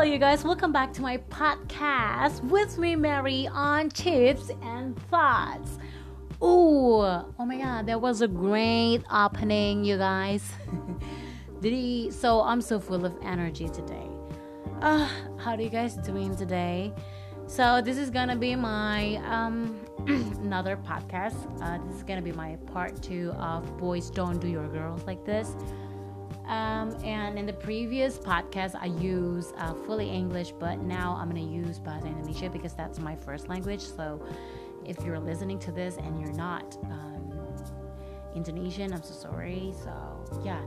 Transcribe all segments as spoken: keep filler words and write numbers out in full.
you guys, welcome back to my podcast with me Mary on Tips and Thoughts. Ooh, oh my god, that was a great opening, you guys. Jadi, so I'm so full of energy today. Uh, how are you guys doing today? So this is gonna be my um another podcast. Uh, this is gonna be my part two of Boys Don't Do Your Girls Like This. Um, and in the previous podcast, I used uh, fully English, but now I'm gonna use Bahasa Indonesia because that's my first language. So if you're listening to this and you're not um, Indonesian, I'm so sorry. So yeah,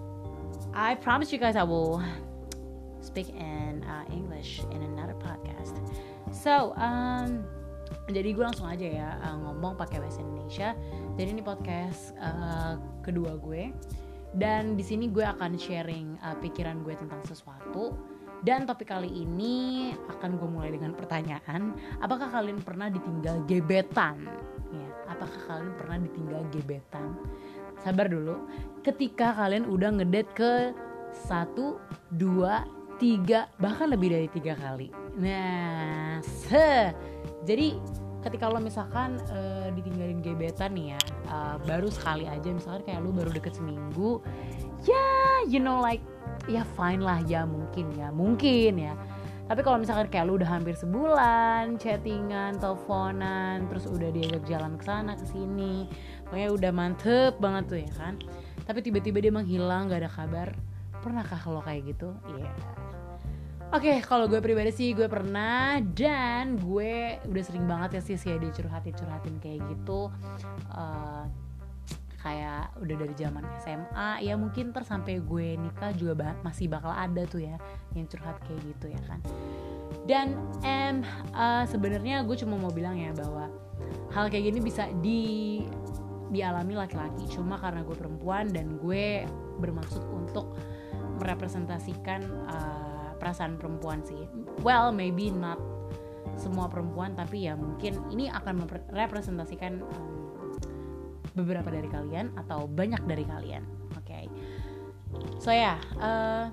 I promise you guys I will speak in uh, English in another podcast. So um, jadi gue langsung aja ya uh, ngomong pakai bahasa Indonesia. Jadi ini podcast uh, kedua gue. Dan di sini gue akan sharing uh, pikiran gue tentang sesuatu. Dan topik kali ini akan gue mulai dengan pertanyaan, apakah kalian pernah ditinggal gebetan? Ya, apakah kalian pernah ditinggal gebetan? Sabar dulu. Ketika kalian udah ngedate ke satu, dua, tiga, bahkan lebih dari tiga kali. Nah, se. Jadi ketika lo misalkan uh, ditinggalin gebetan nih ya, uh, baru sekali aja, misalkan kayak lo baru deket seminggu, ya yeah, you know like ya fine lah ya, mungkin ya mungkin ya. Tapi kalau misalkan kayak lo udah hampir sebulan chattingan, teleponan, terus udah diajak jalan ke sana ke sini, pokoknya udah mantep banget tuh ya kan, tapi tiba-tiba dia menghilang, gak ada kabar. Pernahkah lo kayak gitu? Iya yeah. Oke, okay, kalau gue pribadi sih gue pernah, dan gue udah sering banget ya sih kayak dicurhatin-curhatin kayak gitu, uh, kayak udah dari zaman S M A ya, mungkin ter sampai gue nikah juga bah- masih bakal ada tuh ya yang curhat kayak gitu ya kan. Dan em uh, sebenarnya gue cuma mau bilang ya bahwa hal kayak gini bisa di dialami laki-laki, cuma karena gue perempuan dan gue bermaksud untuk merepresentasikan uh, perasaan perempuan sih. Well, maybe not semua perempuan, tapi ya mungkin ini akan merepresentasikan um, beberapa dari kalian atau banyak dari kalian. Oke. Okay. So ya, yeah, uh,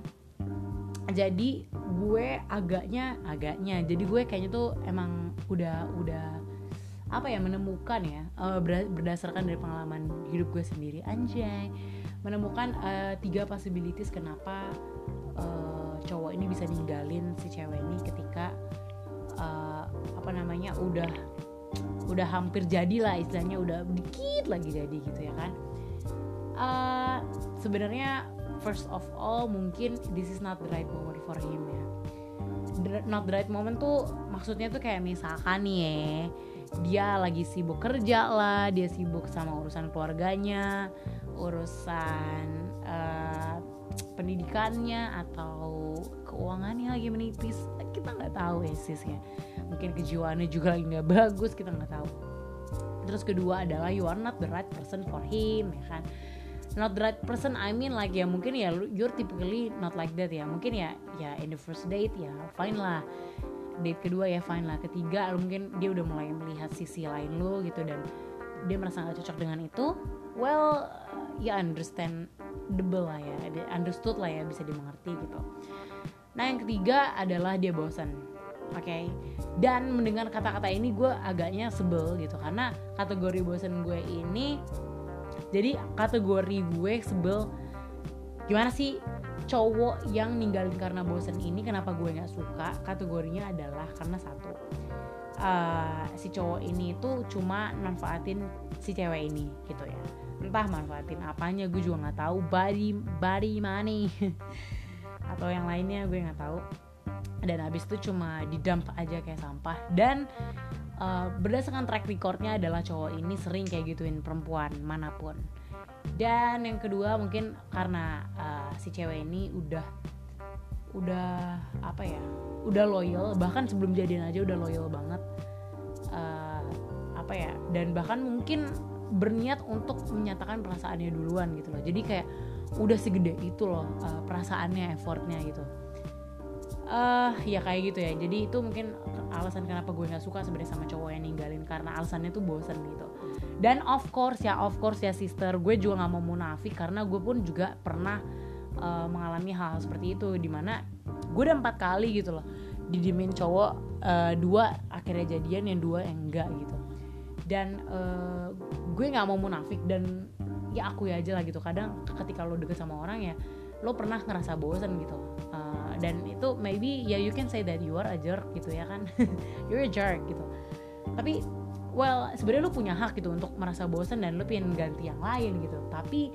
jadi gue agaknya agaknya jadi gue kayaknya tuh emang udah udah apa ya menemukan ya uh, berdasarkan dari pengalaman hidup gue sendiri, anjay, menemukan uh, tiga possibilities kenapa uh, cowok ini bisa ninggalin si cewek ini ketika uh, apa namanya udah udah hampir jadi lah, istilahnya udah dikit lagi jadi gitu ya kan. Uh, sebenarnya first of all mungkin this is not the right moment for him ya. The, not the right moment tuh maksudnya tuh kayak misalkan nih ya, dia lagi sibuk kerja lah, dia sibuk sama urusan keluarganya, urusan uh, pendidikannya atau keuangannya lagi menipis, kita nggak tahu ya sis ya, mungkin kejiwaannya juga lagi nggak bagus, kita nggak tahu. Terus kedua adalah you are not the right person for him ya kan. Not the right person I mean like ya mungkin ya you're typically not like that ya, mungkin ya ya in the first date ya fine lah, date kedua ya fine lah, ketiga mungkin dia udah mulai melihat sisi lain lo gitu dan dia merasa gak cocok dengan itu. Well ya understandable lah ya, understood lah ya, bisa dimengerti gitu. Nah yang ketiga adalah dia bosan. Oke, okay? Dan mendengar kata-kata ini gue agaknya sebel gitu, karena kategori bosan gue ini, jadi kategori gue sebel gimana sih cowok yang ninggalin karena bosan ini, kenapa gue nggak suka? Kategorinya adalah karena satu, uh, si cowok ini tuh cuma manfaatin si cewek ini gitu ya, entah manfaatin apanya gue juga nggak tahu, body body money atau yang lainnya gue nggak tahu, dan habis itu cuma didump aja kayak sampah. Dan uh, berdasarkan track recordnya adalah cowok ini sering kayak gituin perempuan manapun. Dan yang kedua mungkin karena uh, si cewek ini udah udah apa ya, udah loyal, bahkan sebelum jadian aja udah loyal banget, uh, apa ya, dan bahkan mungkin berniat untuk menyatakan perasaannya duluan gitu loh. Jadi kayak udah segede itu loh uh, perasaannya, effortnya gitu. Uh, ya kayak gitu ya. Jadi itu mungkin alasan kenapa gue nggak suka sebenarnya sama cowok yang ninggalin, karena alasannya tuh bosan gitu. Dan of course ya, of course ya sister, gue juga nggak mau munafik karena gue pun juga pernah uh, mengalami hal-hal seperti itu, dimana gue udah empat kali gitu loh didiemin cowok, uh, dua akhirnya jadian, yang dua yang enggak gitu. Dan uh, gue nggak mau munafik dan ya aku ya aja lah gitu, kadang ketika lo deket sama orang ya lo pernah ngerasa bosan gitu, uh, dan itu maybe ya you can say that you are a jerk gitu ya kan. You're a jerk gitu, tapi well sebenarnya lo punya hak gitu untuk merasa bosan dan lo pengen ganti yang lain gitu. Tapi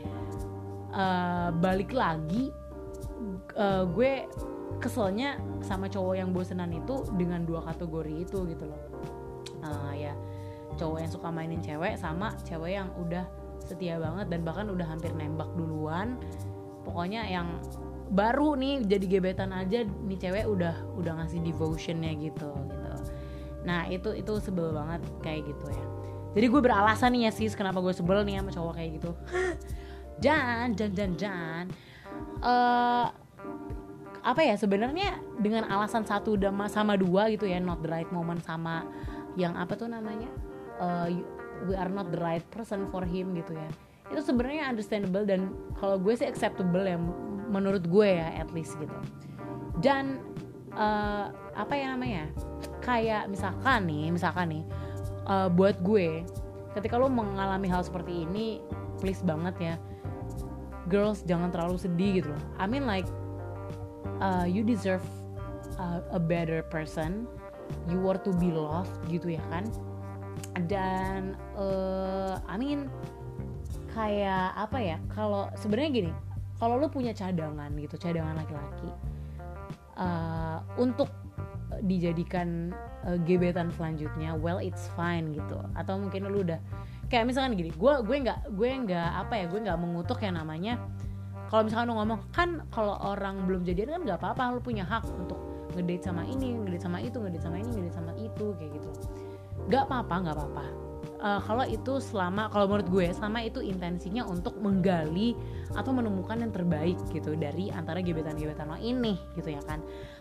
uh, balik lagi, uh, gue keselnya sama cowok yang bosenan itu dengan dua kategori itu gitu loh. Uh, ya cowok yang suka mainin cewek sama cewek yang udah setia banget dan bahkan udah hampir nembak duluan. Pokoknya yang baru nih jadi gebetan aja nih cewek udah udah ngasih devotionnya gitu gitu. Nah itu itu sebel banget kayak gitu ya. Jadi gue beralasan nih ya sis kenapa gue sebel nih sama cowok kayak gitu. dan dan dan dan uh, apa ya sebenarnya dengan alasan satu sama dua gitu ya, not the right moment sama yang apa tuh namanya, uh, we are not the right person for him gitu ya, itu sebenarnya understandable dan kalau gue sih acceptable ya menurut gue ya at least gitu. Dan uh, apa ya namanya, kayak misalkan nih misalkan nih uh, buat gue ketika lo mengalami hal seperti ini, please banget ya girls jangan terlalu sedih gitu loh. I mean like uh, you deserve uh, a better person, you were to be loved gitu ya kan. Dan uh, I mean kayak apa ya, kalau sebenarnya gini, kalau lu punya cadangan gitu, cadangan laki-laki uh, untuk dijadikan uh, gebetan selanjutnya, well it's fine gitu. Atau mungkin lu udah kayak misalkan gini, gue gue nggak gue nggak apa ya gue nggak mengutuk yang namanya kalau misalkan lu ngomong kan kalau orang belum jadian kan nggak apa-apa, lu punya hak untuk ngedate sama ini, ngedate sama itu, ngedate sama ini, ngedate sama itu kayak gitu. Gak apa-apa, gak apa-apa. Uh, kalau itu selama, kalau menurut gue selama itu intensinya untuk menggali atau menemukan yang terbaik gitu dari antara gebetan-gebetan lo ini gitu ya kan.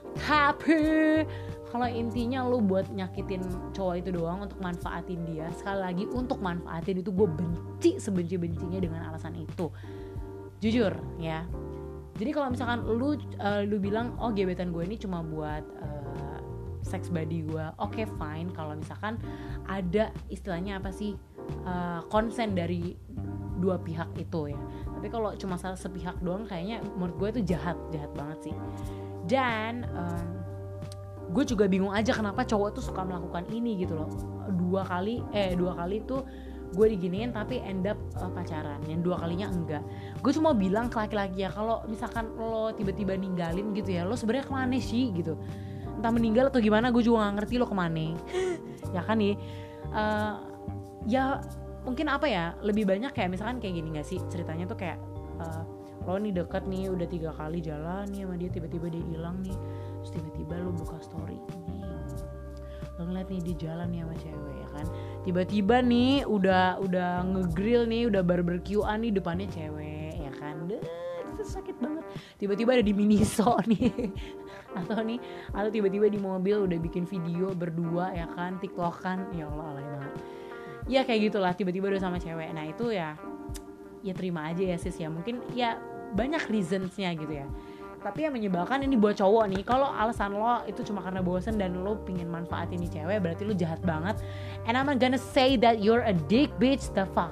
Tapi kalau intinya lo buat nyakitin cowok itu doang untuk manfaatin dia, sekali lagi untuk manfaatin itu gue benci sebenci-bencinya dengan alasan itu. Jujur ya. Jadi kalau misalkan lu uh, lu bilang oh gebetan gue ini cuma buat uh, sex buddy gue, oke okay, fine. Kalau misalkan ada istilahnya apa sih konsen uh, dari dua pihak itu ya. Tapi kalau cuma salah sepihak doang kayaknya menurut gue itu jahat jahat banget sih. Dan um, gue juga bingung aja kenapa cowok tuh suka melakukan ini gitu loh. Dua kali eh dua kali tuh gue diginiin tapi end up uh, pacaran, yang dua kalinya enggak. Gue cuma bilang ke laki-laki ya, kalau misalkan lo tiba-tiba ninggalin gitu ya, lo sebenarnya kemana sih gitu, entah meninggal atau gimana, gue juga nggak ngerti lo kemana. Ya kan nih uh, ya mungkin apa ya, lebih banyak kayak misalkan kayak gini nggak sih ceritanya tuh kayak uh, lo nih deket nih udah tiga kali jalan nih sama dia, tiba-tiba dia hilang nih, terus tiba-tiba lo buka story nih, lo ngeliat nih dia jalan nih sama cewek ya kan, tiba-tiba nih udah udah ngegrill nih, udah barbekyuan nih, depannya cewek ya kan. Deh, itu sakit banget. Tiba-tiba ada di Miniso nih atau nih atau tiba-tiba di mobil udah bikin video berdua ya kan, tiktokan, ya Allah alay banget ya kayak gitulah, tiba-tiba udah sama cewek. Nah itu ya ya terima aja ya sis ya, mungkin ya banyak reasonsnya gitu ya. Tapi yang menyebalkan ini buat cowok nih, kalau alasan lo itu cuma karena bosen dan lo pingin manfaatin nih cewek, berarti lo jahat banget. And I'm not gonna say that you're a dick bitch, the fuck.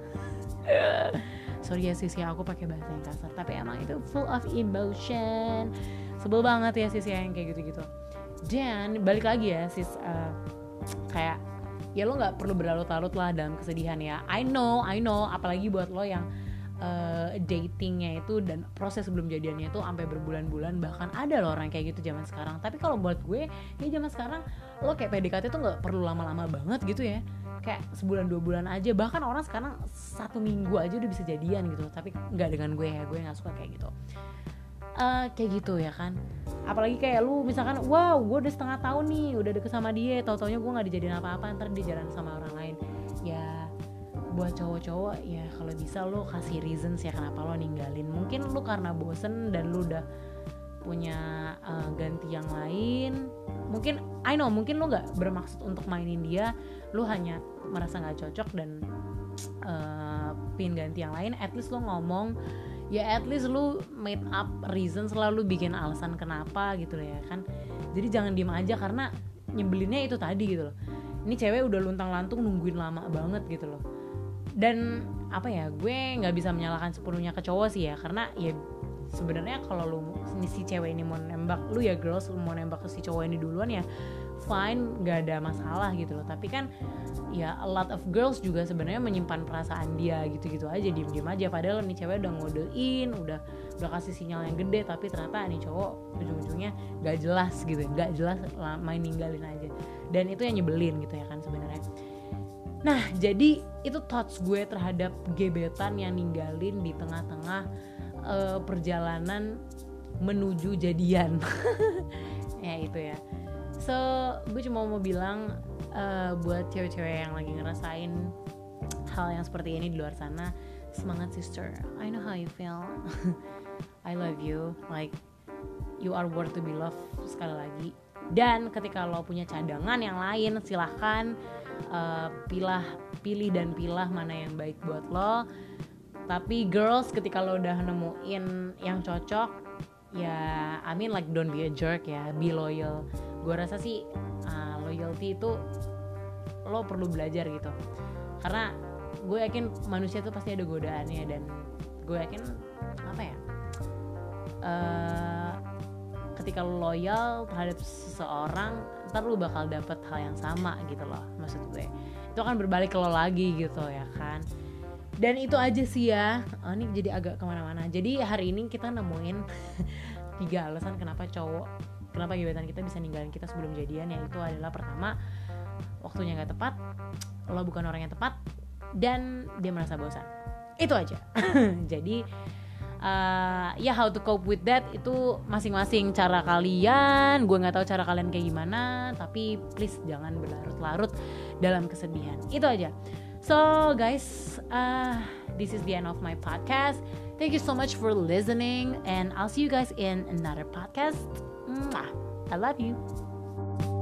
Sorry ya sis ya, aku pakai bahasa yang kasar, tapi emang itu full of emotion. Sebel banget ya sis ya yang kayak gitu-gitu. Dan balik lagi ya sis, uh, kayak ya lo nggak perlu berlarut-larut lah dalam kesedihan ya. I know, I know, apalagi buat lo yang Uh, datingnya itu dan proses sebelum jadiannya itu sampai berbulan-bulan, bahkan ada loh orang kayak gitu zaman sekarang. Tapi kalau buat gue ya zaman sekarang lo kayak P D K T tuh nggak perlu lama-lama banget gitu ya, kayak sebulan dua bulan aja, bahkan orang sekarang satu minggu aja udah bisa jadian gitu. Tapi nggak dengan gue ya, gue nggak suka kayak gitu. Uh, kayak gitu ya kan. Apalagi kayak lu misalkan wow gue udah setengah tahun nih udah deket sama dia, tau-taunya gue nggak dijadiin apa-apa, ntar dia jalan sama orang lain. Ya buat cowok-cowok ya kalau bisa lo kasih reasons ya kenapa lo ninggalin. Mungkin lo karena bosen dan lo udah punya uh, ganti yang lain. Mungkin I know mungkin lo nggak bermaksud untuk mainin dia, lo hanya merasa nggak cocok dan uh, pin ganti yang lain. At least lo ngomong ya at least lu made up reason, selalu bikin alasan kenapa gitu loh ya kan. Jadi jangan diem aja, karena nyebelinnya itu tadi gitu loh. Ini cewek udah luntang-lantung nungguin lama banget gitu loh. Dan apa ya, gue nggak bisa menyalahkan sepenuhnya ke cowok sih ya, karena ya sebenarnya kalau lu si cewek ini mau nembak lu ya girls, lu mau nembak ke si cowok ini duluan ya fine, nggak ada masalah gitu loh. Tapi kan ya a lot of girls juga sebenarnya menyimpan perasaan dia gitu-gitu aja, diem-diem aja, padahal nih cewek udah ngodein, udah udah kasih sinyal yang gede, tapi ternyata nih cowok ujung-ujungnya nggak jelas gitu, nggak jelas main ninggalin aja, dan itu yang nyebelin gitu ya kan sebenarnya. Nah jadi itu thoughts gue terhadap gebetan yang ninggalin di tengah-tengah uh, perjalanan menuju jadian. Ya itu ya. So gue cuma mau bilang uh, buat cewek-cewek yang lagi ngerasain hal yang seperti ini di luar sana, semangat sister, I know how you feel. I love you, like you are worth to be loved sekali lagi. Dan ketika lo punya cadangan yang lain, silahkan uh, pilah, pilih dan pilah mana yang baik buat lo. Tapi girls, ketika lo udah nemuin yang cocok, ya I mean like don't be a jerk ya, be loyal. Gue rasa sih uh, loyalty itu lo perlu belajar gitu, karena gue yakin manusia tuh pasti ada godaannya, dan gue yakin apa ya, uh, ketika lo loyal terhadap seseorang, ntar lo bakal dapet hal yang sama gitu loh, maksud gue itu akan berbalik ke lo lagi gitu ya kan. Dan itu aja sih ya, oh, ini jadi agak kemana-mana. Jadi hari ini kita nemuin tiga alasan kenapa cowok, kenapa gebetan kita bisa ninggalin kita sebelum jadian. Yaitu adalah pertama, waktunya gak tepat, lo bukan orang yang tepat, dan dia merasa bosan. Itu aja. Jadi uh, ya how to cope with that itu masing-masing cara kalian. Gue gak tahu cara kalian kayak gimana, tapi please jangan berlarut-larut dalam kesedihan. Itu aja. So guys, uh, this is the end of my podcast. Thank you so much for listening, and I'll see you guys in another podcast. Mwah. I love you.